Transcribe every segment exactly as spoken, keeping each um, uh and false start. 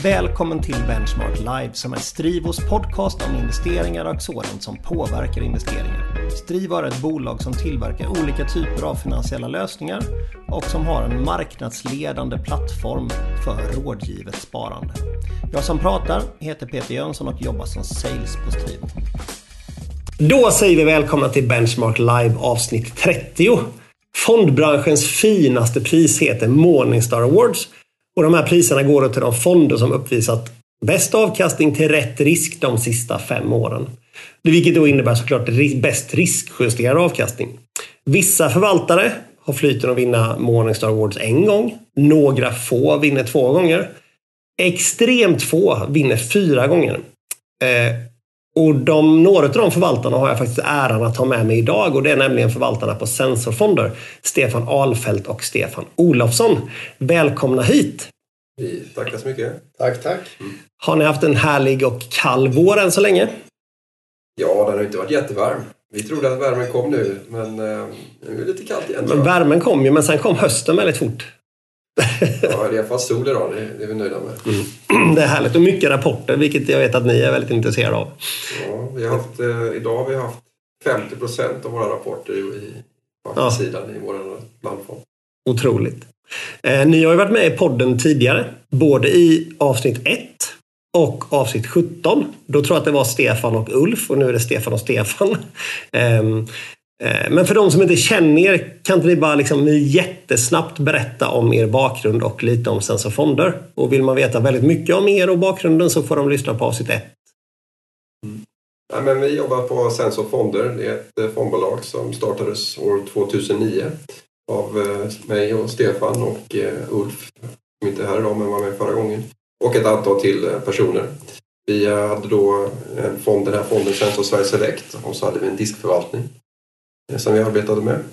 Välkommen till Benchmark Live som är Strivos podcast om investeringar och sådant som påverkar investeringar. Strivo är ett bolag som tillverkar olika typer av finansiella lösningar och som har en marknadsledande plattform för rådgivet sparande. Jag som pratar heter Peter Jönsson och jobbar som sales på Strivo. Då säger vi välkomna till Benchmark Live avsnitt trettio. Fondbranschens finaste pris heter Morningstar Awards. Och de här priserna går till de fonder som uppvisat bäst avkastning till rätt risk de sista fem åren. Vilket då innebär såklart bäst riskjusterad avkastning. Vissa förvaltare har flyten att vinna Morningstar Awards en gång. Några få vinner två gånger. Extremt få vinner fyra gånger. Eh, och de, några av de förvaltarna har jag faktiskt äran att ha med mig idag. Och det är nämligen förvaltarna på Sensorfonder. Stefan Ahlfeldt och Stefan Olofsson. Välkomna hit! Vi tackar så mycket. Tack, tack. Mm. Har ni haft en härlig och kall vår än så länge? Ja, den har inte varit jättevarm. Vi trodde att värmen kom nu, men eh, nu är det lite kallt igen. Men värmen kom ju, men sen kom hösten väldigt fort. Ja, det är fast sol idag, det, det är vi nöjda med. Mm. Det är härligt och mycket rapporter, vilket jag vet att ni är väldigt intresserade av. Ja, vi har haft, eh, idag har vi haft femtio procent av våra rapporter i baksidan ja. i vår landfond. Otroligt. Eh, ni har ju varit med i podden tidigare, både i avsnitt ett och avsnitt sjutton. Då tror jag att det var Stefan och Ulf och nu är det Stefan och Stefan. Eh, eh, men för de som inte känner er, kan inte ni bara liksom jättesnabbt berätta om er bakgrund och lite om Sensorfonder? Och vill man veta väldigt mycket om er och bakgrunden så får de lyssna på avsnitt ett. Mm. Ja, men vi jobbar på Sensorfonder. Det är ett fondbolag som startades år tvåtusennio. Av mig och Stefan och Ulf, som inte är här idag men var med förra gången. Och ett antal till personer. Vi hade då en fond, den här fonden Sensor Sverige Select. Och så hade vi en diskförvaltning som vi arbetade med.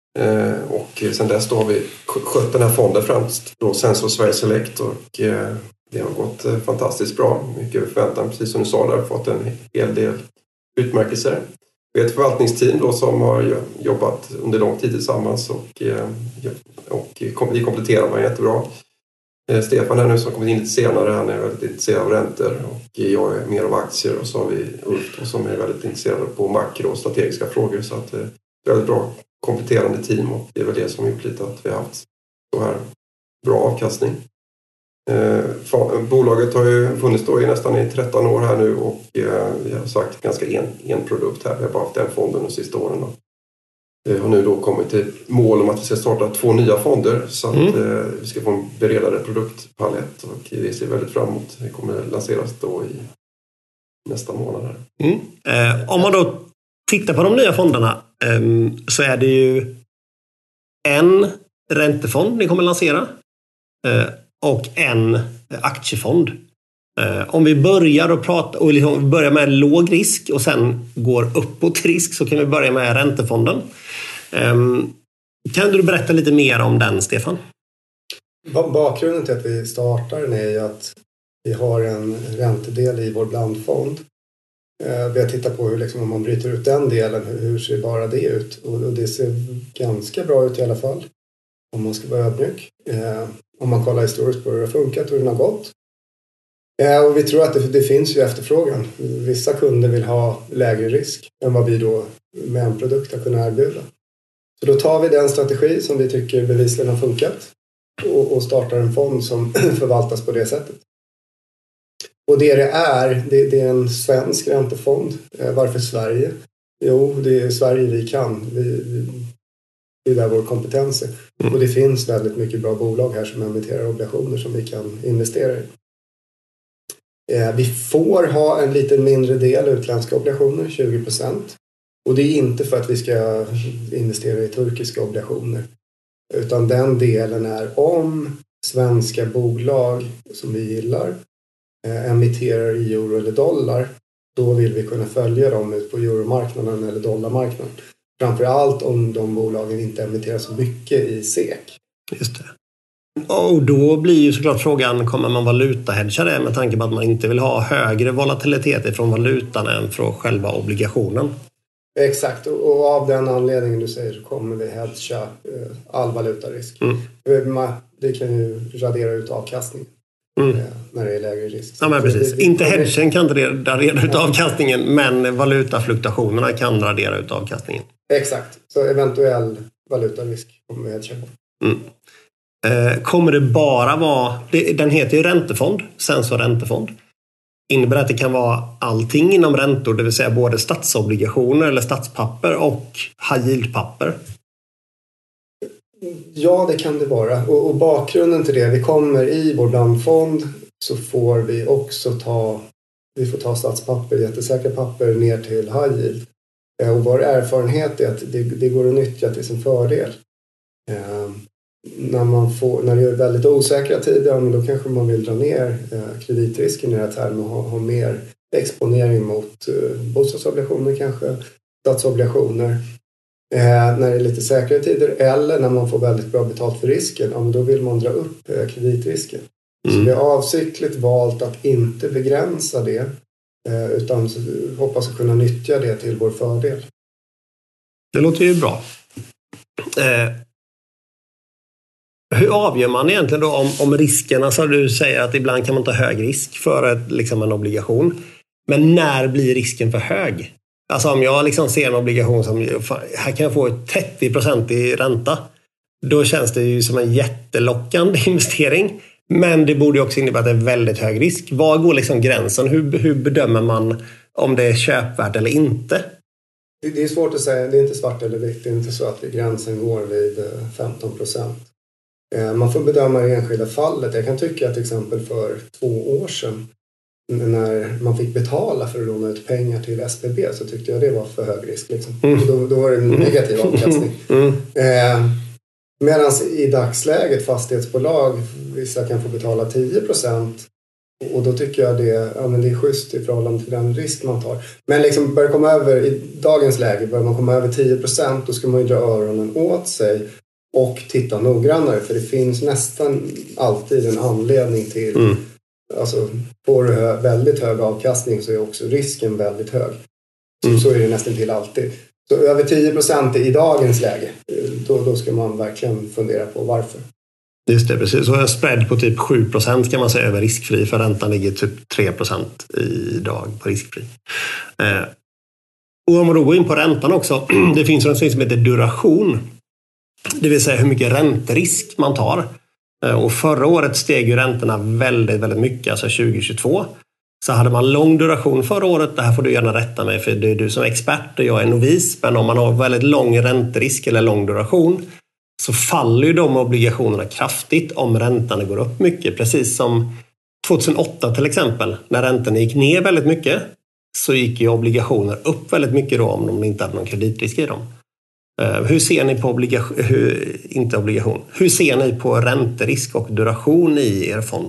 Och sen dess då har vi skött den här fonden främst då Sensor Sverige Select. Och det har gått fantastiskt bra. Mycket förväntan, precis som du sa där, fått en hel del utmärkelser. Vi är ett förvaltningsteam då som har jobbat under lång tid tillsammans och, och vi kompletterar varandra jättebra. Stefan här nu som kommit in lite senare, han är väldigt intresserad av räntor och jag är mer av aktier och så har vi Ulf som är väldigt intresserad på makro och strategiska frågor så att det är ett väldigt bra kompletterande team och det är väl det som har gjort lite att vi har haft så här bra avkastning. Eh, bolaget har ju funnits då i nästan i tretton år här nu och eh, vi har sagt ganska en, en produkt här. Vi har bara haft den fonden de sista åren. Då. Vi har nu då kommit till mål om att vi ska starta två nya fonder så att mm. eh, vi ska få en bredare produktpalett och det ser väldigt framåt. Det kommer lanseras då i nästa månad här. Mm. Eh, om man då tittar på de nya fonderna eh, så är det ju en räntefond ni kommer lansera. Eh, och en aktiefond. Om vi börjar och prata och liksom börjar med låg risk och sen går uppåt risk så kan vi börja med räntefonden. Kan du berätta lite mer om den, Stefan? Bakgrunden till att vi startar den är ju att vi har en räntedel i vår blandfond. Vi har tittat på hur liksom, om man bryter ut den delen, hur ser bara det ut? Och det ser ganska bra ut i alla fall. Om man ska vara ödmjuk. Om man kollar historiskt på hur det har funkat och hur den har gått. Ja, och vi tror att det, det finns ju efterfrågan. Vissa kunder vill ha lägre risk än vad vi då med en produkt har kunnat erbjuda. Så då tar vi den strategi som vi tycker bevisligen har funkat och, och startar en fond som förvaltas på det sättet. Och det det är, det, det är en svensk räntefond. Varför Sverige? Jo, det är Sverige vi kan. Vi, vi, det är där vår kompetens är. Mm. Och det finns väldigt mycket bra bolag här som emitterar obligationer som vi kan investera i. Eh, vi får ha en lite mindre del utländska obligationer, tjugo procent. Och det är inte för att vi ska investera i turkiska obligationer. Utan den delen är om svenska bolag som vi gillar eh, emitterar i euro eller dollar. Då vill vi kunna följa dem ut på euromarknaden eller dollarmarknaden. Framförallt om de bolagen inte emitterar så mycket i S E K. Just det. Och då blir ju såklart frågan, kommer man valutahedga det med tanke på att man inte vill ha högre volatilitet från valutan än från själva obligationen? Exakt, och av den anledningen du säger så kommer vi hedga all valutarisk. Mm. Det kan ju radera ut avkastningen. mm. när det är lägre risk. Ja, men precis. Det, det, inte hedgen kan radera ut avkastningen, men valutafluktuationerna kan radera ut avkastningen. Exakt, så eventuell valutarisk kommer vi hedga på. Mm. Eh, kommer det bara vara, det, den heter ju räntefond, Sensor räntefond. Innebär att det kan vara allting inom räntor, det vill säga både statsobligationer eller statspapper och high yield-papper? Ja, det kan det vara. Och, och bakgrunden till det, vi kommer i vår blandfond så får vi också ta, vi får ta statspapper, jättesäkra papper ner till high yield. Och vår erfarenhet är att det, det går att nyttja till sin fördel. Eh, när, man får, när det är väldigt osäkra tider, då kanske man vill dra ner eh, kreditrisken i det här termen och ha, ha mer exponering mot eh, bostadsobligationer kanske, statsobligationer. Eh, när det är lite säkrare tider eller när man får väldigt bra betalt för risken, ja, då vill man dra upp eh, kreditrisken. Mm. Så vi har avsiktligt valt att inte begränsa det eh, utan hoppas att kunna nyttja det till vår fördel. Det låter ju bra. Eh, hur avgör man egentligen då om, om risken? Alltså du säger att ibland kan man ta hög risk för ett, liksom en obligation. Men när blir risken för hög? Alltså om jag liksom ser en obligation som här kan jag få trettio procent i ränta, då känns det ju som en jättelockande investering. Men det borde ju också innebära att det är väldigt hög risk. Var går liksom gränsen? Hur, hur bedömer man om det är köpvärt eller inte? Det är svårt att säga. Det är inte svart eller vitt. Det är inte så att gränsen går vid femton procent. Man får bedöma det enskilda fallet. Jag kan tycka att till exempel för två år sedan när man fick betala för att låna ut pengar till S B B så tyckte jag det var för hög risk. Liksom. Mm. Då, då var det en negativ avkastning. Mm. Eh, Medan i dagsläget fastighetsbolag, vissa kan få betala tio procent och då tycker jag det, ja, men det är schysst i förhållande till den risk man tar. Men liksom börjar komma över, i dagens läge börjar man komma över tio procent, då ska man ju dra öronen åt sig och titta noggrannare, för det finns nästan alltid en anledning till mm. Alltså, får du hö- väldigt hög avkastning så är också risken väldigt hög. Så, mm. så är det nästan till alltid. Så över tio procent i dagens läge, då, då ska man verkligen fundera på varför. Just det, precis. Så en spread på typ sju procent kan man säga över riskfri, för räntan ligger typ tre procent idag på riskfri. Eh, och om man då går in på räntan också, det finns något som heter duration. Det vill säga hur mycket ränterisk man tar. Och förra året steg ju räntorna väldigt, väldigt mycket, alltså tjugo tjugotvå. Så hade man lång duration förra året, det här får du gärna rätta mig för det är du som är expert och jag är novis. Men om man har väldigt lång ränterisk eller lång duration så faller ju de obligationerna kraftigt om räntan går upp mycket. Precis som tjugohundraåtta till exempel, när räntan gick ner väldigt mycket så gick ju obligationer upp väldigt mycket då om de inte hade någon kreditrisk i dem. Hur ser ni på obligation, hur, inte obligation, hur ser ni på ränterisk och duration i er fond?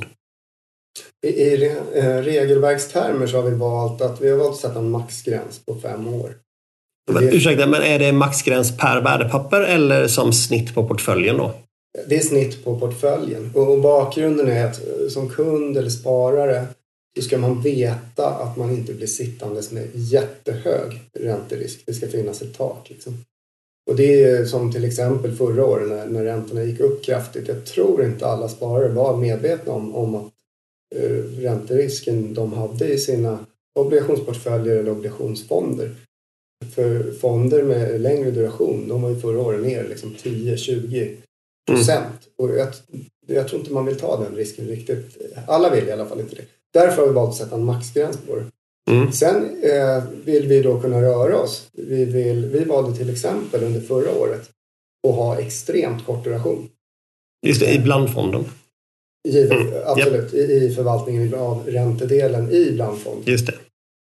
I, i re, eh, regelverkstermer så har vi valt att vi har valt att sätta en maxgräns på fem år. Men, det, ursäkta, men är det maxgräns per värdepapper eller som snitt på portföljen då? Det är snitt på portföljen. Och, och bakgrunden är att som kund eller sparare så ska man veta att man inte blir sittandes med jättehög ränterisk. Det ska finnas ett tak liksom. Och det är som till exempel förra året när, när räntorna gick upp kraftigt. Jag tror inte alla sparare var medvetna om, om att eh, ränterisken de hade i sina obligationsportföljer eller obligationsfonder. För fonder med längre duration, de var ju förra året ner liksom tio till tjugo procent. Mm. Och jag, jag tror inte man vill ta den risken riktigt. Alla vill i alla fall inte det. Därför har vi valt att sätta en maxgräns på det. Mm. Sen eh, vill vi då kunna röra oss. Vi, vill, vi valde till exempel under förra året att ha extremt kort duration. Just det, i blandfonden. Givet, mm. Absolut, yep. i, i förvaltningen av räntedelen i blandfonden. Just det.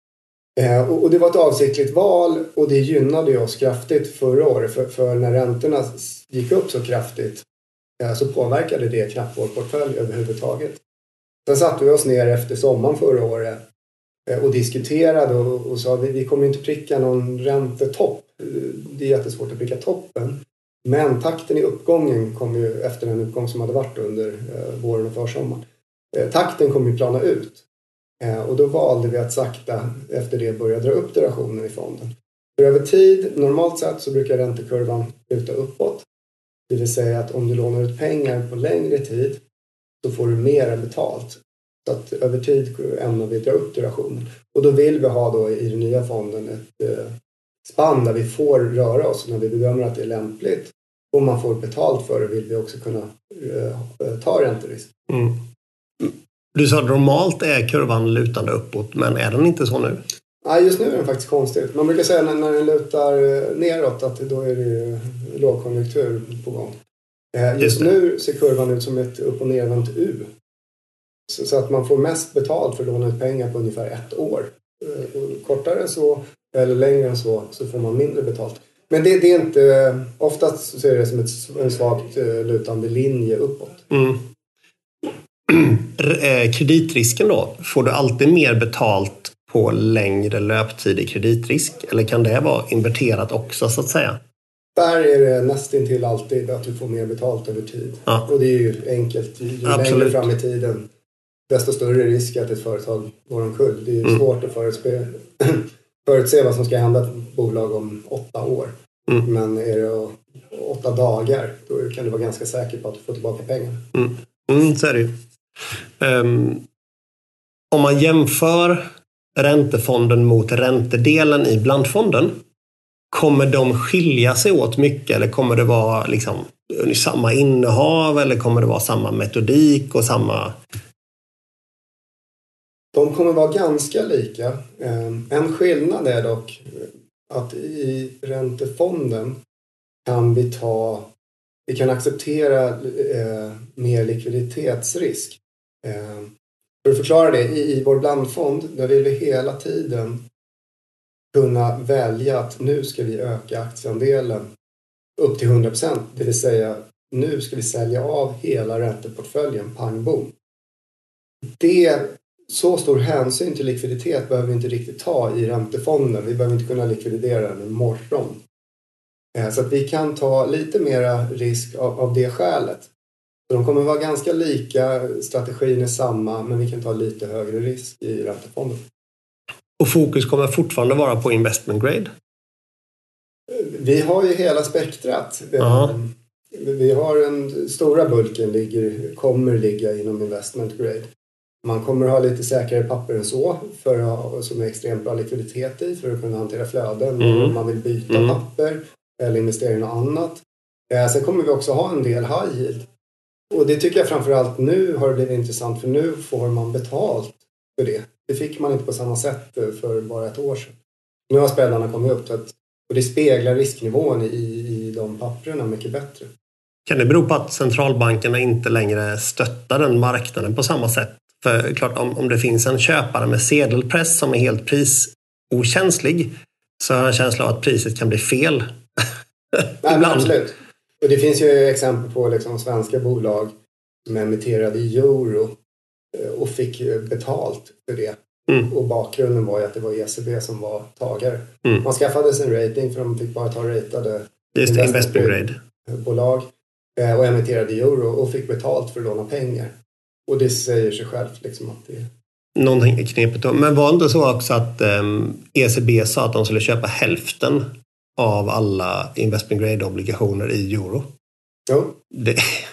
Eh, och, och det var ett avsiktligt val och det gynnade ju oss kraftigt förra året. För, för när räntorna gick upp så kraftigt eh, så påverkade det knappt vår portfölj överhuvudtaget. Sen satte vi oss ner efter sommaren förra året och diskuterade och, och sa att vi, vi kommer inte pricka någon räntetopp. Det är jättesvårt att pricka toppen. Men takten i uppgången kom ju efter den uppgång som hade varit under eh, våren och försommaren. Eh, takten kom ju plana ut. Eh, och då valde vi att sakta efter det börja dra upp durationen i fonden. För över tid, normalt sett så brukar räntekurvan luta uppåt. Det vill säga att om du lånar ut pengar på längre tid så får du mera betalt Så att över tid ämnar vi dra upp durationen. Och då vill vi ha då i den nya fonden ett eh, spann där vi får röra oss när vi bedömer att det är lämpligt. Om man får betalt för det vill vi också kunna eh, ta ränterisk. Mm. Du sa att normalt är kurvan lutande uppåt, men är den inte så nu? Nej, just nu är den faktiskt konstig. Man brukar säga när, när den lutar neråt att då är det lågkonjunktur på gång. Eh, just nu ser kurvan ut som ett upp- och nervänt U. Så, så att man får mest betalt för att låna ut pengar på ungefär ett år. Eh, kortare än så eller längre än så så får man mindre betalt. Men det, det är inte, oftast så är det som ett, en svagt uh, lutande linje uppåt. Mm. Kreditrisken då, får du alltid mer betalt på längre löptid i kreditrisk? Eller kan det vara inverterat också så att säga? Där är det nästan till alltid att du får mer betalt över tid. Ja. Och det är ju enkelt, ju Absolut. längre fram i tiden desto större risk att ett företag går omkull. Det är ju mm. svårt att förutse, förutse vad som ska hända ett bolag om åtta år. Mm. Men är det åtta dagar, då kan du vara ganska säker på att du får tillbaka pengar. Mm, mm så är det ju. Um, om man jämför räntefonden mot räntedelen i blandfonden, kommer de skilja sig åt mycket eller kommer det vara liksom samma innehav eller kommer det vara samma metodik och samma... De kommer vara ganska lika. En skillnad är dock att i räntefonden kan vi ta, vi kan acceptera eh, mer likviditetsrisk. Eh, för att förklara det, i, i vår blandfond, där vill vi hela tiden kunna välja att nu ska vi öka aktieandelen upp till hundra procent. Det vill säga, nu ska vi sälja av hela ränteportföljen, pang bom. Det Så stor hänsyn till likviditet behöver vi inte riktigt ta i räntefonden. Vi behöver inte kunna likvidera den imorgon. Så att vi kan ta lite mera risk av, av det skälet. Så de kommer vara ganska lika, strategin är samma, men vi kan ta lite högre risk i räntefonden. Och fokus kommer fortfarande vara på investment grade? Vi har ju hela spektrat. Uh-huh. Vi har en stora bulken ligger, kommer ligga inom investment grade. Man kommer ha lite säkrare papper än så för att ha, som är extremt bra likviditet i för att kunna hantera flöden. Mm. Om man vill byta mm. papper eller investera i något annat. Eh, sen kommer vi också ha en del high yield. Och det tycker jag framförallt nu har det blivit intressant för nu får man betalt för det. Det fick man inte på samma sätt för bara ett år sedan. Nu har spelarna kommit upp att, och det speglar risknivån i, i de papperna mycket bättre. Kan det bero på att centralbankerna inte längre stöttar den marknaden på samma sätt? För klart, om, om det finns en köpare med sedelpress som är helt prisokänslig så har jag en känsla av att priset kan bli fel. Nej, absolut. Och det finns ju exempel på liksom svenska bolag som emitterade i euro och fick betalt för det. Mm. Och bakgrunden var ju att det var E C B som var tagare. Mm. Man skaffade sin rating för de fick bara ta ratade Just det, investment grade bolag och emitterade i euro och fick betalt för att låna pengar. Och det säger sig självt liksom att det är... Någonting är knepigt då. Men var det inte så också att um, E C B sa att de skulle köpa hälften av alla investment grade-obligationer i euro? Jo. Det...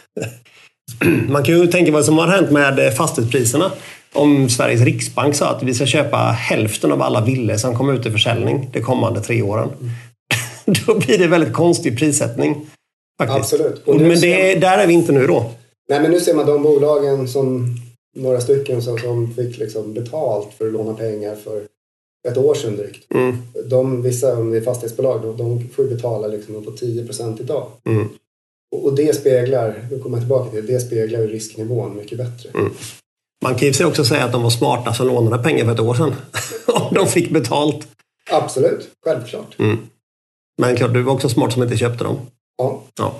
Man kan ju tänka vad som har hänt med fastighetspriserna. Om Sveriges riksbank sa att vi ska köpa hälften av alla villor som kommer ut i försäljning de kommande tre åren. Mm. Då blir det väldigt konstig prissättning. Faktiskt. Absolut. Och men det, där är vi inte nu då. Nej, men nu ser man de bolagen som några stycken som, som fick liksom betalt för att låna pengar för ett år sedan drygt. Mm. De, vissa om det är fastighetsbolag, de, de får betala liksom på tio procent idag. Mm. Och, och det speglar, då kommer jag tillbaka till, det speglar ju risknivån mycket bättre. Mm. Man kan ju också säga att de var smarta som lånade pengar för ett år sedan. Om de fick betalt. Absolut, självklart. Mm. Men klart, du var också smart som inte köpte dem. Ja. Ja.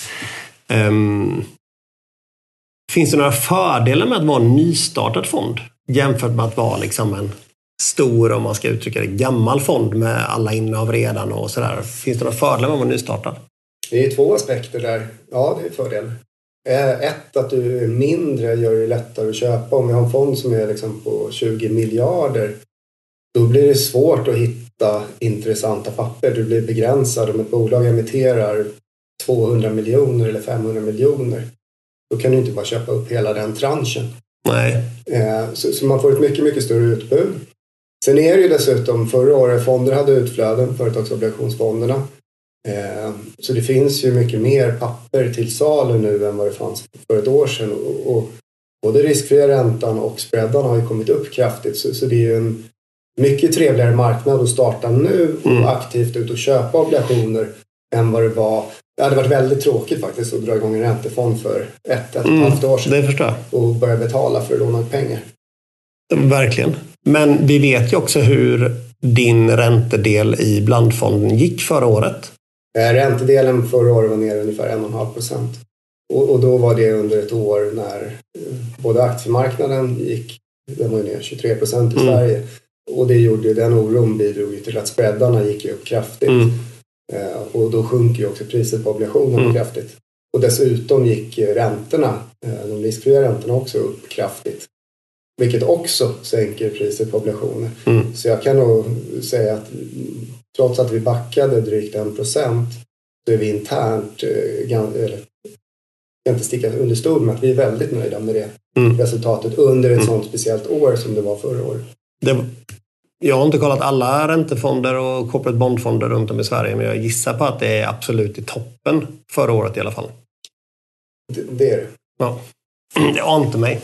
Um, finns det några fördelar med att vara en nystartad fond jämfört med att vara liksom en stor, om man ska uttrycka det, gammal fond med alla innehav redan och sådär? Finns det några fördelar med att vara nystartad? Det är två aspekter där. Ja, det är fördel. Ett, att du är mindre gör det lättare att köpa. Om vi har en fond som är liksom på tjugo miljarder, då blir det svårt att hitta intressanta papper. Du blir begränsad om ett bolag emitterar tvåhundra miljoner eller femhundra miljoner. Då kan du inte bara köpa upp hela den tranchen. Nej. Eh, så, så man får ett mycket, mycket större utbud. Sen är det ju dessutom, förra året fonder hade utflöden, företagsobligationsfonderna. Eh, så det finns ju mycket mer papper till salu nu än vad det fanns för ett år sedan. Och, och både riskfria räntan och spreadan har ju kommit upp kraftigt. Så, så det är ju en mycket trevligare marknad att starta nu och mm. aktivt ut och köpa obligationer än vad det var. Det hade varit väldigt tråkigt faktiskt att dra igång en räntefond för ett, ett och ett halvt år sedan. Det förstår jag. Och börja betala för att låna pengar. Verkligen. Men vi vet ju också hur din räntedel i blandfonden gick förra året. Räntedelen förra året var ner ungefär en komma fem procent. Och, och då var det under ett år när både aktiemarknaden gick, den var ner tjugotre procent i mm. Sverige. Och det gjorde, den oron bidrog till att spreadarna gick upp kraftigt. Mm. Eh, och då sjunker ju också priset på obligationerna mm. kraftigt. Och dessutom gick räntorna, eh, de riskfria räntorna också upp kraftigt. Vilket också sänker priset på obligationer. Mm. Så jag kan nog säga att trots att vi backade drygt en procent så är vi internt, eh, eller jag kan inte sticka under stol med att vi är väldigt nöjda med det mm. resultatet under ett mm. sånt speciellt år som det var förra året. Det, jag har inte kollat alla räntefonder och corporate bondfonder runt om i Sverige, men jag gissar på att det är absolut i toppen förra året i alla fall. Det, det är det. Ja, det ante mig.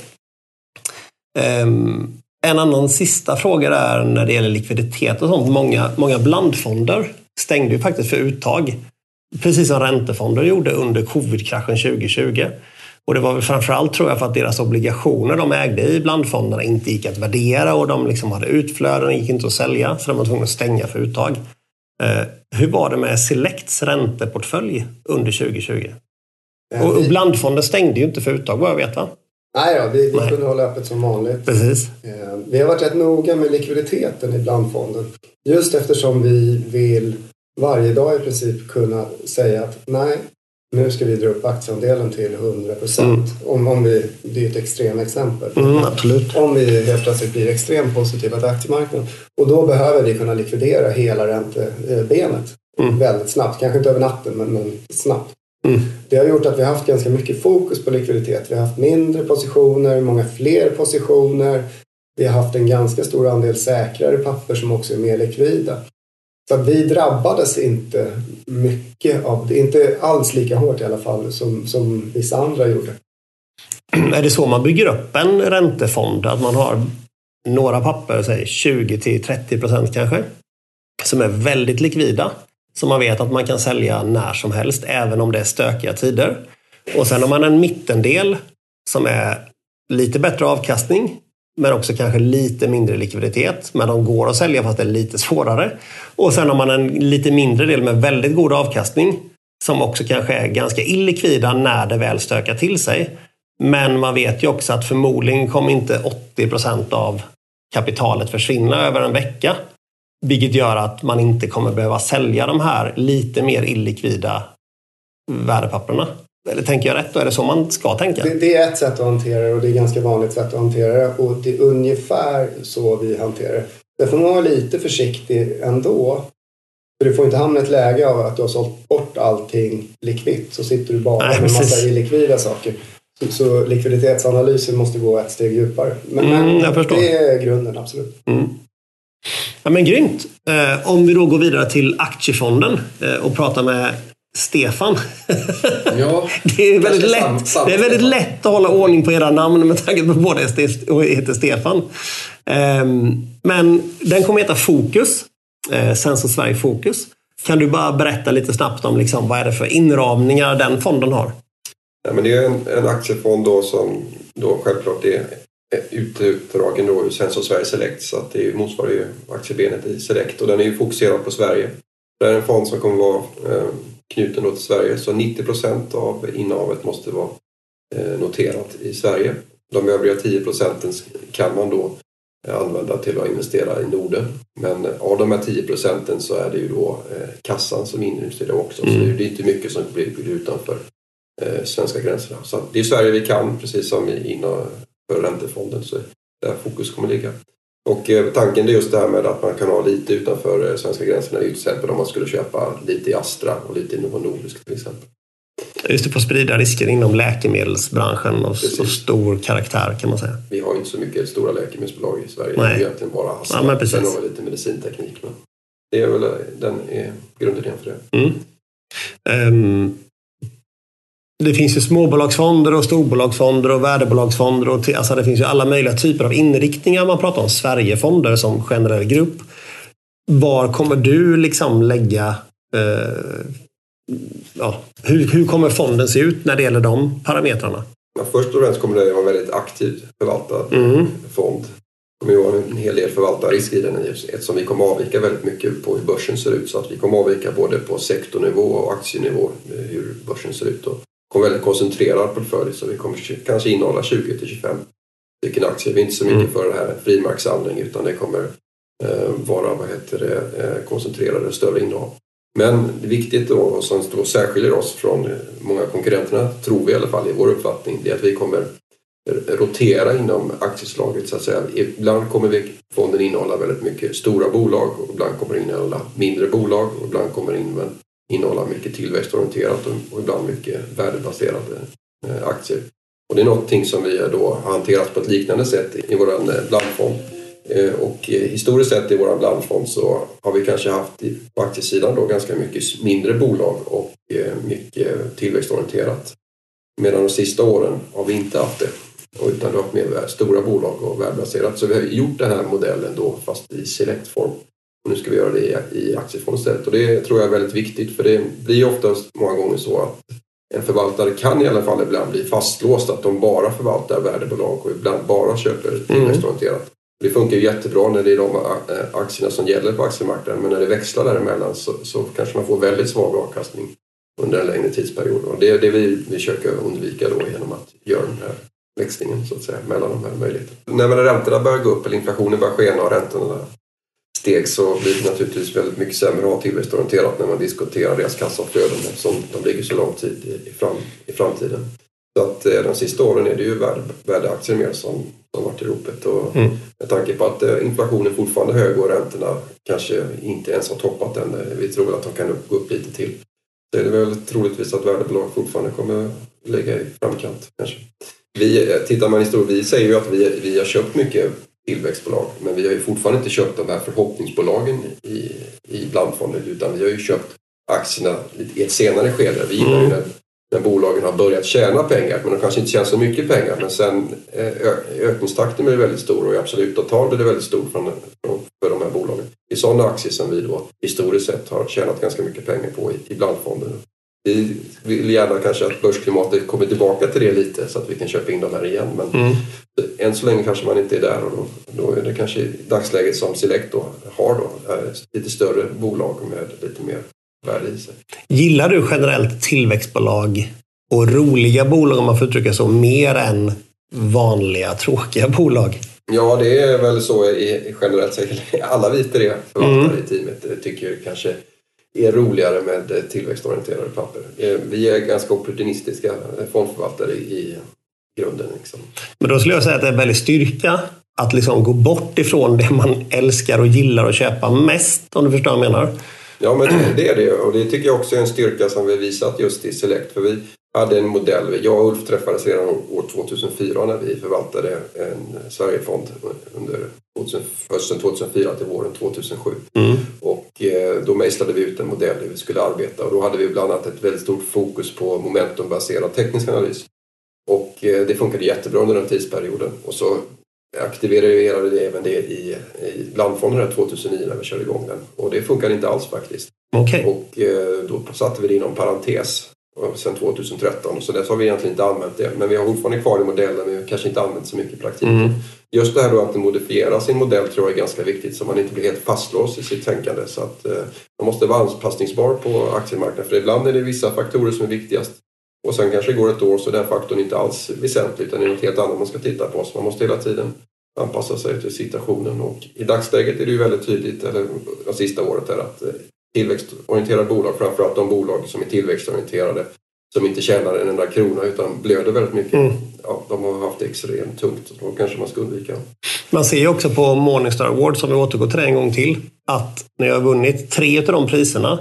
Um, en annan sista fråga är när det gäller likviditet och sånt. Många, många blandfonder stängde ju faktiskt för uttag. Precis som räntefonder gjorde under covid-kraschen tjugo tjugo. Och det var väl framförallt, tror jag, för att deras obligationer de ägde i blandfonderna inte gick att värdera och de liksom hade utflöden och gick inte att sälja, så de var tvungna att stänga för uttag. Uh, hur var det med Selects ränteportfölj under tjugo tjugo? Ja, och, och blandfonder stängde ju inte för uttag, vad jag vet, va? Nej då, vi, vi kunde hålla öppet som vanligt. Precis. Eh, vi har varit rätt noga med likviditeten i blandfonden. Just eftersom vi vill varje dag i princip kunna säga att nej, nu ska vi dra upp aktieandelen till hundra procent. Mm. Om, om vi, det är ett extremt exempel. Mm, absolut. Om vi helt plötsligt blir extremt positiva till aktiemarknaden. Och då behöver vi kunna likvidera hela räntebenet mm. väldigt snabbt. Kanske inte över natten, men, men snabbt. Mm. Det har gjort att vi har haft ganska mycket fokus på likviditet. Vi har haft mindre positioner, många fler positioner. Vi har haft en ganska stor andel säkrare papper som också är mer likvida. Så att vi drabbades inte mycket av det. Inte alls lika hårt i alla fall som, som vissa andra gjorde. Är det så man bygger upp en räntefond? Att man har några papper, säg tjugo till trettio procent kanske, som är väldigt likvida. Som man vet att man kan sälja när som helst, även om det är stökiga tider. Och sen har man en mittendel som är lite bättre avkastning, men också kanske lite mindre likviditet. Men de går att sälja fast det är lite svårare. Och sen har man en lite mindre del med väldigt god avkastning, som också kanske är ganska illikvida när det väl stökar till sig. Men man vet ju också att förmodligen kommer inte åttio procent av kapitalet försvinna över en vecka. Vilket gör att man inte kommer behöva sälja de här lite mer illikvida värdepapperna. Eller tänker jag rätt? Då är det så man ska tänka? Det, det är ett sätt att hantera det och det är ganska vanligt sätt att hantera det. Och det är ungefär så vi hanterar det. Därför får man vara lite försiktig ändå. För du får inte hamna i ett läge av att du har sålt bort allting likvitt. Så sitter du bara Nej, med en massa illikvida saker. Så, så likviditetsanalysen måste gå ett steg djupare. Men, mm, men det är grunden, absolut. Mm. Ja, men grymt. Eh, om vi då går vidare till aktiefonden eh, och pratar med Stefan. Ja, det är väldigt lätt. Sam, sam, det är väldigt lätt att hålla ordning på era namn med tanke på båda heter Stefan. Eh, men den kommer heta Fokus. Eh, Sensor Sverige Fokus. Kan du bara berätta lite snabbt om liksom, vad är det för inramningar den fonden har? Ja, men det är en, en aktiefond då som då självklart är utdragen då ur Sensor Sverige Select, så att det motsvarar ju aktiebenet i Select, och den är ju fokuserad på Sverige. Det är en fond som kommer vara eh, knuten då till Sverige, så nittio procent av innehavet måste vara eh, noterat i Sverige. De övriga tio procenten kan man då eh, använda till att investera i Norden, men av de här tio procenten så är det ju då eh, kassan som investerar också, mm. så det är inte mycket som blir utanför eh, svenska gränserna. Så det är Sverige vi kan, precis som inom för räntefonden, så där fokus kommer ligga. Och eh, tanken är just det här med att man kan ha lite utanför eh, svenska gränserna, till exempel om man skulle köpa lite i Astra och lite i Novo Nordisk till exempel. Just det, på sprida risker inom läkemedelsbranschen och så stor karaktär kan man säga. Vi har inte så mycket stora läkemedelsbolag i Sverige. Nej. Det är egentligen bara Astra. Ja, men precis. Sen har vi lite medicinteknik. Men det är väl den är grundidén för det. Mm. Um, det finns ju småbolagsfonder och storbolagsfonder och värdebolagsfonder. Och t- alltså det finns ju alla möjliga typer av inriktningar. Man pratar om Sverigefonder som generell grupp. Var kommer du liksom lägga... Uh, ja, hur, hur kommer fonden se ut när det gäller de parametrarna? Ja, först och främst kommer det att vara en väldigt aktiv förvaltad Mm. fond. Det kommer att vara en hel del förvaltarrisk i den eftersom vi kommer avvika väldigt mycket på hur börsen ser ut. Så att vi kommer avvika både på sektornivå och aktienivå hur börsen ser ut. Och kommer väldigt koncentrerad portfölj så vi kommer kanske innehålla tjugo till tjugofem stycken aktier. Vi är inte så mycket mm. för det här frimärkssamling utan det kommer eh, vara vad heter det, eh, koncentrerade större innehåll. Men det är viktigt då, och som då särskiljer oss från många konkurrenterna, tror vi i alla fall i vår uppfattning, det är att vi kommer rotera inom aktieslaget så att säga. Ibland kommer vi, fonden innehålla väldigt mycket stora bolag och ibland kommer det innehålla mindre bolag och ibland kommer det innehålla mycket tillväxtorienterat och ibland mycket värdebaserade aktier. Och det är någonting som vi då har hanterat på ett liknande sätt i vår blandfond. Och historiskt sett i vår blandfond så har vi kanske haft på aktiesidan då ganska mycket mindre bolag och mycket tillväxtorienterat. Medan de sista åren har vi inte haft det. Utan det har haft mer stora bolag och värdebaserat. Så vi har gjort den här modellen då fast i selektform. Och nu ska vi göra det i aktiefond istället. Och det tror jag är väldigt viktigt för det blir oftast många gånger så att en förvaltare kan i alla fall ibland bli fastlåst att de bara förvaltar värdebolag och ibland bara köper tillväxtorienterat. Mm. Det funkar ju jättebra när det är de aktierna som gäller på aktiemarknaden men när det växlar däremellan så, så kanske man får väldigt svag avkastning under en längre tidsperiod. Och det är det vi, vi försöker undvika då genom att göra den här växlingen så att säga mellan de här möjligheterna. När räntorna börjar gå upp eller inflationen börjar skena och räntorna steg så blir det naturligtvis väldigt mycket sämre att ha tillväxtorienterat när man diskuterar deras kassaflöden eftersom de ligger så lång tid i, fram, i framtiden. Så att eh, de sista åren är det ju värde, värdeaktier mer som, som varit i ropet. Och mm. med tanke på att eh, inflationen fortfarande är hög och räntorna kanske inte ens har toppat än. Vi tror att de kan gå upp lite till. Så är det väl troligtvis att värdebolag fortfarande kommer lägga i framkant kanske. Vi, tittar man historiskt, vi säger ju att vi, vi har köpt mycket tillväxtbolag men vi har ju fortfarande inte köpt de här förhoppningsbolagen i, i blandfonden utan vi har ju köpt aktierna i ett senare skede. Vi gillar ju när, när bolagen har börjat tjäna pengar men de kanske inte tjänar så mycket pengar men sen ö, ökningstakten blir väldigt stor och i absoluta tal blir det väldigt stor för, för de här bolagen. Det är sådana aktier som vi då historiskt sett har tjänat ganska mycket pengar på i, i blandfonden. Vi vill gärna kanske att börsklimatet kommer tillbaka till det lite så att vi kan köpa in dem här igen. Men mm. än så länge kanske man inte är där och då, då är det kanske i dagsläget som Select då har då lite större bolag med lite mer värde i sig. Gillar du generellt tillväxtbolag och roliga bolag om man får uttrycka så mer än vanliga tråkiga bolag? Ja, det är väl så i generellt säkert. Alla vi tre förvaltare mm. i teamet tycker kanske är roligare med tillväxtorienterade papper. Vi är ganska opportunistiska fondförvaltare i grunden. Liksom. Men då skulle jag säga att det är väldigt styrka att liksom gå bort ifrån det man älskar och gillar och köpa mest, om du förstår vad jag menar. Ja, men det är det. Och det tycker jag också är en styrka som vi visat just i Select. För vi hade en modell. Jag och Ulf träffades redan år tvåtusenfyra när vi förvaltade en Sverigefond under hösten tvåtusenfyra till våren tvåtusensju. Mm. Och då mejslade vi ut en modell där vi skulle arbeta. Och då hade vi bland annat ett väldigt stort fokus på momentumbaserad teknisk analys. Och det funkade jättebra under den tidsperioden. Och så aktiverade vi även det i, i blandfonden tvåtusenio när vi körde igång den. Och det funkade inte alls faktiskt. Okay. Och då satte vi det inom parentes. Sen tvåtusentretton, så dess har vi egentligen inte använt det. Men vi har fortfarande kvar i modellen, men vi har kanske inte använt så mycket i praktiken. Mm. Just det här då att modifiera sin modell tror jag är ganska viktigt så man inte blir helt fastlåst i sitt tänkande. Så att eh, man måste vara anpassningsbar på aktiemarknaden. För ibland är det vissa faktorer som är viktigast. Och sen kanske det går ett år så den faktorn inte alls väsentlig utan det är något helt annat man ska titta på. Så man måste hela tiden anpassa sig till situationen. Och i dagsläget är det ju väldigt tydligt, eller det sista året är att eh, tillväxtorienterade bolag, framförallt de bolag som är tillväxtorienterade som inte tjänar en enda krona utan blöder väldigt mycket. Mm. Ja, de har haft det extremt tungt och då kanske man ska undvika. Man ser ju också på Morningstar Awards, som vi återgår till en gång till, att ni har vunnit tre av de priserna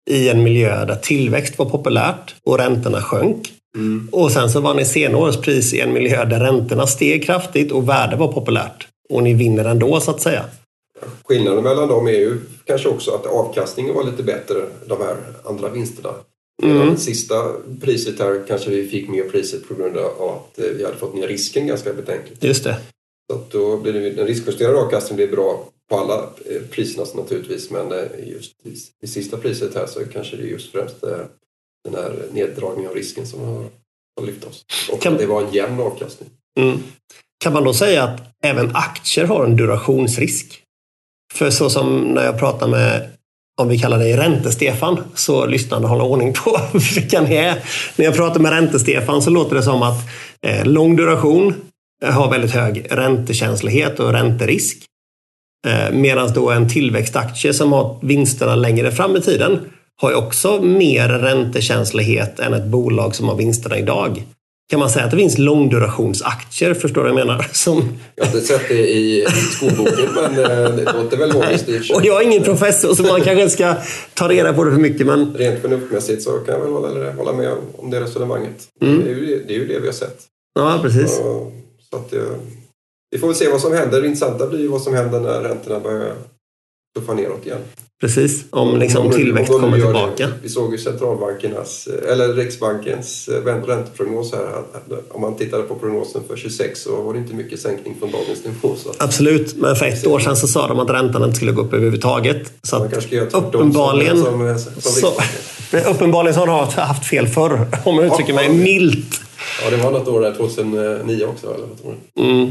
i en miljö där tillväxt var populärt och räntorna sjönk. Mm. Och sen så var ni senårspris i en miljö där räntorna steg kraftigt och värde var populärt. Och ni vinner ändå så att säga. Skillnaden mellan dem är ju kanske också att avkastningen var lite bättre, de här andra vinsterna. Mm. Det sista priset här kanske vi fick mer priset på grund av att vi hade fått ner risken ganska betänkligt. Just det. Så att då blir det, den riskjusterade avkastningen blir bra på alla priserna naturligtvis, men just i, i sista priset här så kanske det är just främst den här neddragningen av risken som har, har lyft oss. Och kan, det var en jämn avkastning. Mm. Kan man då säga att även aktier har en durationsrisk? För så som när jag pratar med, om vi kallar det Ränte-Stefan, så lyssnarna håller ordning på vilka ni är. När jag pratar med Ränte-Stefan så låter det som att eh, lång duration har väldigt hög räntekänslighet och ränterisk. Eh, Medan då en tillväxtaktie som har vinsterna längre fram i tiden har ju också mer räntekänslighet än ett bolag som har vinsterna idag. Kan man säga att det finns långdurationsaktier, förstår du vad jag menar? Som... Jag har inte sett det i skolboken, men det låter väl logiskt. Och jag är ingen professor så man kanske ska ta reda på det för mycket. Men... Rent förnuftmässigt så kan jag väl hålla, hålla med om det resonemanget. Mm. Det, är ju, det är ju det vi har sett. Ja, precis. Så, så att, vi får väl se vad som händer. Det intressanta blir ju vad som händer när räntorna börjar tuffa neråt igen. Precis, om liksom tillväxt kommer tillbaka. Det. Vi såg ju centralbankernas, eller Riksbankens ränteprognos här. Om man tittade på prognosen för tjugosex så var det inte mycket sänkning från dagens nivå. Så. Absolut, men för ett år sedan så sa de att räntan inte skulle gå upp överhuvudtaget. Så man kanske ska göra uppenbarligen, som, som, som så, uppenbarligen så har de haft fel förr, om jag uttrycker mig milt. Ja, det var något år där, tjugohundranio också. Eller vad mm.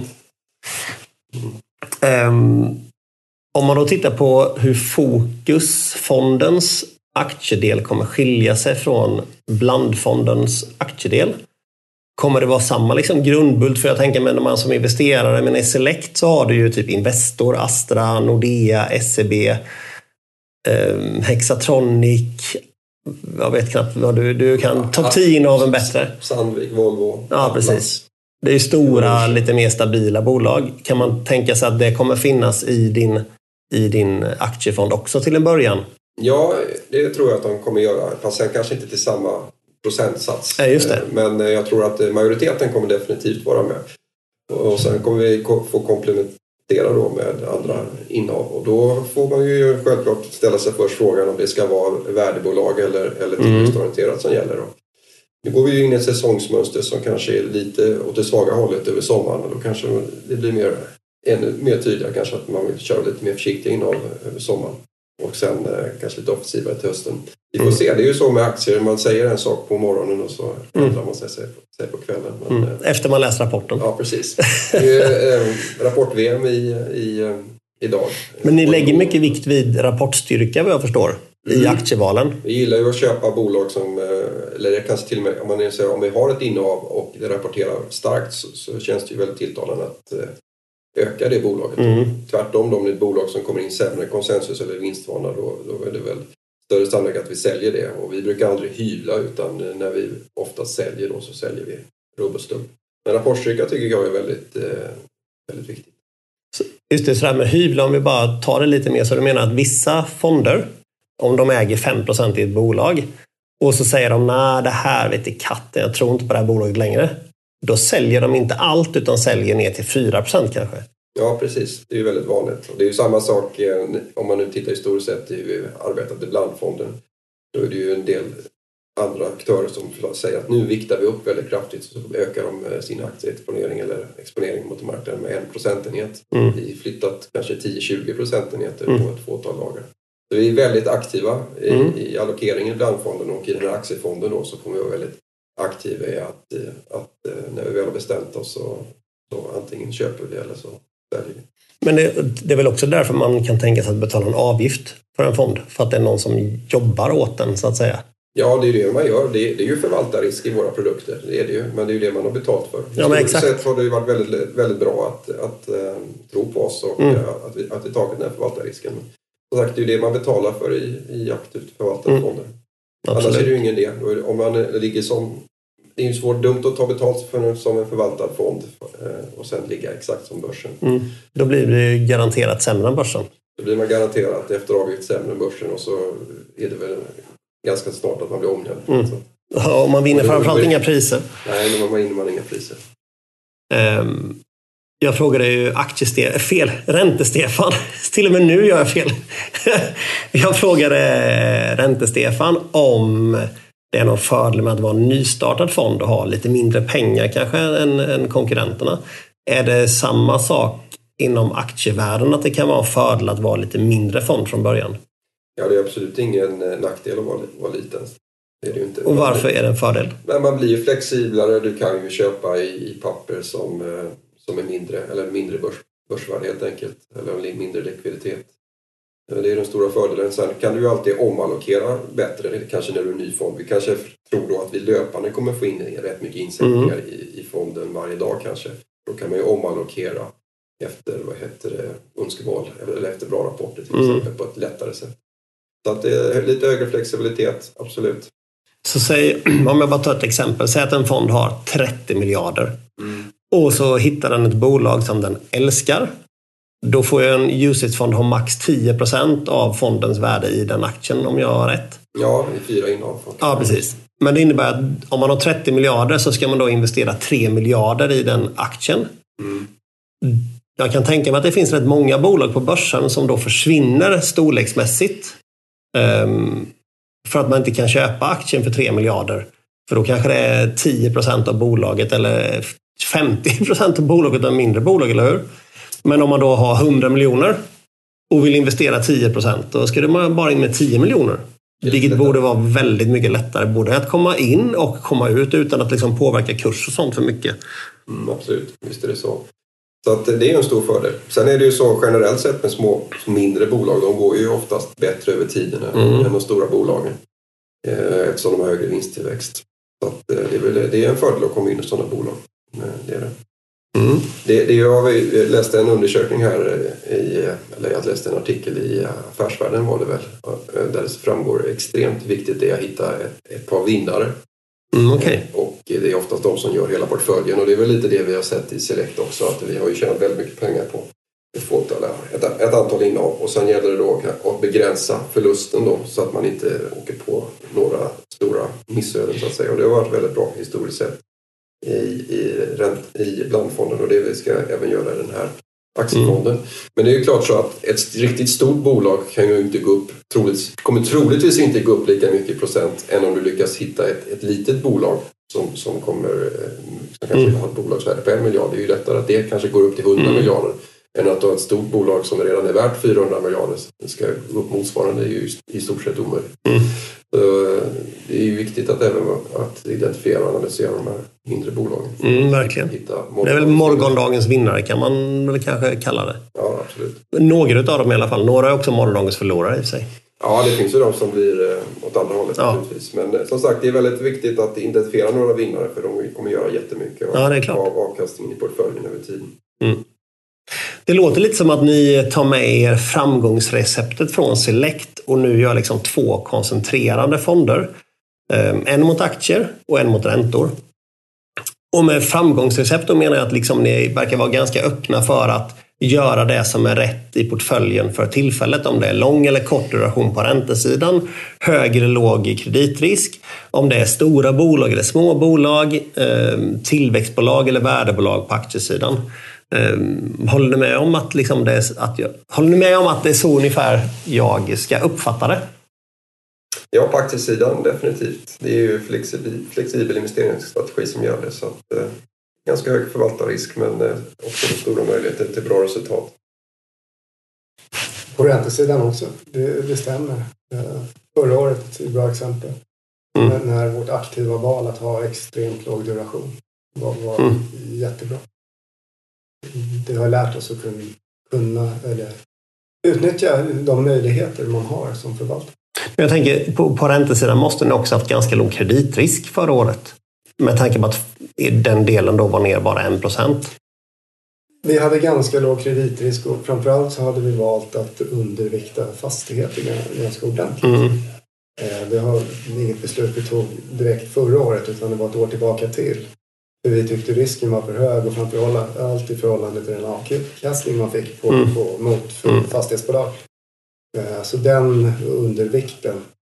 Mm. Um, Om man då tittar på hur Fokusfondens aktiedel kommer skilja sig från blandfondens aktiedel. Kommer det vara samma liksom grundbult? För jag tänker mig när man som investerare, men i Select så har du ju typ Investor, Astra, Nordea, S E B, eh, Hexatronic. Jag vet knappt vad du, du kan ja, topp tio av en bättre. Sandvik, Volvo. Ja, precis. Det är ju stora, lite mer stabila bolag. Kan man tänka sig att det kommer finnas i din i din aktiefond också till en början? Ja, det tror jag att de kommer göra. Fast sen kanske inte till samma procentsats. Ja, just det. Men jag tror att majoriteten kommer definitivt vara med. Och sen kommer vi få komplementera då med andra innehav. Och då får man ju självklart ställa sig först frågan om det ska vara värdebolag eller, eller tillväxtorienterat som gäller då. Nu går vi ju in i ett säsongsmönster som kanske är lite åt det svaga hållet över sommaren. Och då kanske det blir mer ännu mer tydligare kanske att man vill köra lite mer försiktiga innehav över sommaren. Och sen eh, kanske lite offensivare till hösten. Vi får mm. se, det är ju så med aktier. Man säger en sak på morgonen och så ändrar mm. man sig, sig på kvällen. Men, mm. Efter man läser rapporten. Ja, precis. Det är eh, rapport-V M i, i, eh, idag. Men ni lägger mycket vikt vid rapportstyrka vad jag förstår. I mm. aktievalen. Vi gillar ju att köpa bolag som, eller det kanske till och med om, man säger, om vi har ett innehav och det rapporterar starkt så, så känns det ju väldigt tilltalande att öka det bolaget. Mm. Tvärtom, om det är ett bolag som kommer in sämre konsensus eller vinstvana, då, då är det väl större sannolikhet att vi säljer det. Och vi brukar aldrig hyvla, utan när vi ofta säljer då så säljer vi robust upp. Men rapportstyrka tycker jag är väldigt, väldigt viktigt. Just det, så där med hyvla, om vi bara tar det lite mer, så du menar att vissa fonder, om de äger fem procent i ett bolag och så säger de, nej det här vet jag katten, jag tror inte på det här bolaget längre. Då säljer de inte allt utan säljer ner till fyra procent kanske. Ja, precis. Det är ju väldigt vanligt. Och det är ju samma sak om man nu tittar historiskt sett i hur vi arbetat i blandfonden. Då är det ju en del andra aktörer som säger att nu viktar vi upp väldigt kraftigt, så ökar de sin aktieexponering eller exponering mot marknaden med en procentenhet. Mm. Vi flyttat kanske tio till tjugo procentenheter mm. på ett fåtal dagar. Så vi är väldigt aktiva i, mm. i allokeringen i blandfonden, och i den här aktiefonden då så kommer vi vara väldigt aktiva i att, att när vi väl har bestämt oss så, så antingen köper vi eller så säljer vi. Men det, det är väl också därför man kan tänka sig att betala en avgift för en fond, för att det är någon som jobbar åt den så att säga. Ja, det är det man gör. Det är, det är ju förvaltarrisk i våra produkter, det är det ju. Men det är ju det man har betalt för. Ja, men exakt. Sett har det ju varit väldigt, väldigt bra att, att uh, tro på oss och mm. uh, att, vi, att vi tagit den här förvaltarrisken. Som sagt, det är ju det man betalar för i, i aktivt förvaltade mm. fonder. Annars är det ju ingen idé. Om man ligger som... Det är ju svårt, dumt att ta betalt för, som en förvaltad fond uh, och sen ligga exakt som börsen. Mm. Då blir det ju garanterat sämre än börsen. Då blir man garanterat efter avgift sämre än börsen, och så är det väl ganska snart att man blir omnämnd. Mm. Ja, och man vinner framförallt inga priser. Nej, när man vinner man inga priser. Um, jag frågade ju aktiestefan, fel, ränte-Stefan. Till och med nu gör jag fel. Jag frågade ränte-Stefan om det är någon fördel med att vara en nystartad fond och ha lite mindre pengar kanske än, än konkurrenterna. Är det samma sak inom aktievärlden att det kan vara en fördel att vara lite mindre fond från början? Ja, det är absolut ingen nackdel att vara, vara liten. Det är det ju inte. Och varför är det en fördel? Men man blir ju flexiblare. Du kan ju köpa i, i papper som, som är mindre, eller mindre börs, börsvärde helt enkelt. Eller mindre likviditet. Det är den stora fördelen. Sen kan du ju alltid omallokera bättre, kanske när du är ny fond. Vi kanske tror då att vi löpande kommer få in rätt mycket insättningar mm. i, i fonden varje dag kanske. Då kan man ju omallokera efter, vad heter det, önskemål eller efter bra rapporter till exempel mm. på ett lättare sätt. Så att det är lite högre flexibilitet, absolut. Så säg, om jag bara tar ett exempel, säg att en fond har trettio miljarder mm. och så hittar den ett bolag som den älskar. Då får ju en U C I T-fond ha max tio procent av fondens värde i den aktien om jag har rätt. Ja, i fyra innehav. Ja, precis. Men det innebär att om man har trettio miljarder så ska man då investera tre miljarder i den aktien. Mm. Jag kan tänka mig att det finns rätt många bolag på börsen som då försvinner storleksmässigt. Um, för att man inte kan köpa aktien för tre miljarder. För då kanske det är tio procent av bolaget eller femtio procent av bolaget av mindre bolag, eller hur? Men om man då har hundra miljoner och vill investera tio procent, då ska man bara in med tio miljoner. Vilket borde vara väldigt mycket lättare. Både att komma in och komma ut utan att liksom påverka kurs och sånt för mycket. Mm, absolut, visst är det så. Så att det är en stor fördel. Sen är det ju så generellt sett med små, mindre bolag. De går ju oftast bättre över tiden mm. än de stora bolagen. Eftersom de har högre vinsttillväxt. Så att det, är väl, det är en fördel att komma in i sådana bolag. Det är det. Mm. Det, det jag läste en undersökning här, i, eller jag läste en artikel i Affärsvärlden var det väl. Där det framgår extremt viktigt det är att hitta ett, ett par vinnare. Mm, okay. Och det är oftast de som gör hela portföljen. Och det är väl lite det vi har sett i Select också. Att vi har ju tjänat väldigt mycket pengar på ett, ett antal innehav. Och sen gäller det då att begränsa förlusten då. Så att man inte åker på några stora missöden så att säga. Och det har varit väldigt bra historiskt sett i, i, i blandfonden. Och det vi ska även göra i den här aktiefonden. Mm. Men det är ju klart så att ett riktigt stort bolag kan ju inte gå upp, troligt, kommer troligtvis inte gå upp lika mycket procent än om du lyckas hitta ett, ett litet bolag som, som kommer som kanske mm. har ett bolagsvärde på en miljard. Det är ju lättare att det kanske går upp till hundra mm. miljarder än att ha ett stort bolag som redan är värt fyrahundra miljarder. Det ska gå upp motsvarande, det är ju i stort sett omöjligt. Mm. Så det är ju viktigt att även att identifiera och analysera de här mindre bolagen. Mm, verkligen. Det är väl morgondagens vinnare kan man väl kanske kalla det. Ja, absolut. Några av dem i alla fall. Några är också morgondagens förlorare i sig. Ja, det finns ju de som blir åt andra hållet ja. naturligtvis. Men som sagt, det är väldigt viktigt att identifiera några vinnare för de kommer göra jättemycket ja, det är klart. av avkastningen i portföljen över tiden. Mm. Det låter lite som att ni tar med er framgångsreceptet från Select och nu gör liksom två koncentrerande fonder. En mot aktier och en mot räntor. Och med framgångsrecept då menar jag att liksom ni verkar vara ganska öppna för att göra det som är rätt i portföljen för tillfället. Om det är lång eller kort duration på räntesidan, hög eller låg kreditrisk. Om det är stora bolag eller små bolag, tillväxtbolag eller värdebolag på aktiesidan. Håller ni med om att, liksom det är, att jag, håller ni med om att det är så ungefär jag ska uppfatta det? Ja, på aktiesidan definitivt. Det är ju flexibel, flexibel investeringsstrategi som gör det. Så att, eh, ganska hög förvaltarrisk men eh, också stora möjligheter till bra resultat. På räntesidan också, det, det stämmer. Eh, förra året är ett bra exempel. Mm. När vårt aktiva val att ha extremt låg duration var, var mm. jättebra. Det har lärt oss att kunna eller utnyttja de möjligheter man har som förvaltare. Jag tänker, på, på räntesidan måste ni också haft ganska låg kreditrisk förra året. Med tanke på att den delen då var ner bara en procent. Vi hade ganska låg kreditrisk och framförallt så hade vi valt att undervikta fastigheter ganska ordentligt. Mm. Det har inget beslut vi tog direkt förra året utan det var ett år tillbaka till. För vi tyckte risken var för hög och framförallt allt i förhållande till den avkastning man fick på, mm. på, mot för mm. fastighetsbolag. Så den undervikten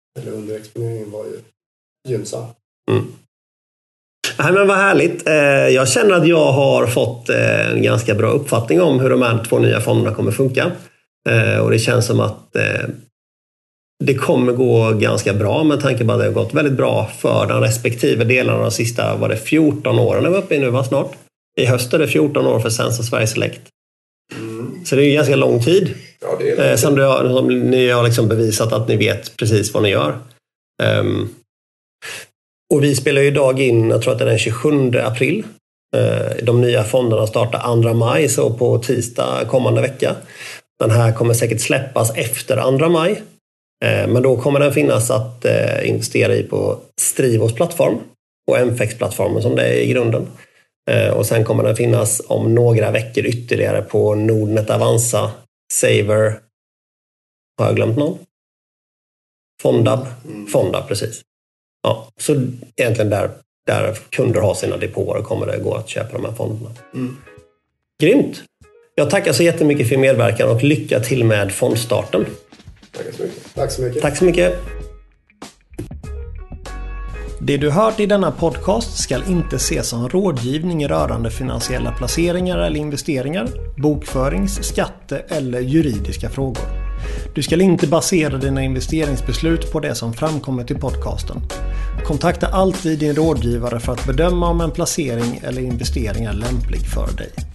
eller underexponeringen var ju gynnsam. Mm. Nej, men vad härligt. Jag känner att jag har fått en ganska bra uppfattning om hur de här två nya fonderna kommer funka. Och det känns som att det kommer gå ganska bra med tanke på att det har gått väldigt bra för den respektive delarna de sista, var det fjorton åren är vi uppe i nu, var snart. I höst är det fjorton år för Sensa Sverige Select. Mm. Så det är ju ganska lång tid. Ja, det är lång tid. Som, du har, som ni har liksom bevisat att ni vet precis vad ni gör. Um, och vi spelar ju idag in, jag tror att det är den tjugosjunde april. Uh, de nya fonderna startar andra maj, så på tisdag kommande vecka. Den här kommer säkert släppas efter andra maj. Uh, men då kommer den finnas att uh, investera i på Strivos plattform och M F X-plattformen som det är i grunden. Och sen kommer den finnas om några veckor ytterligare på Nordnet, Avanza, Saver. Har jag glömt någon? Fondab. Mm. Fondab, precis. Ja, så egentligen där, där kunder har sina depåer kommer det gå att köpa de här fonderna. Mm. Grymt! Jag tackar så jättemycket för medverkan och lycka till med fondstarten. Tack så mycket. Tack så mycket. Tack så mycket. Det du hört i denna podcast ska inte ses som rådgivning rörande finansiella placeringar eller investeringar, bokförings-, skatte- eller juridiska frågor. Du ska inte basera dina investeringsbeslut på det som framkommit i podcasten. Kontakta alltid din rådgivare för att bedöma om en placering eller investering är lämplig för dig.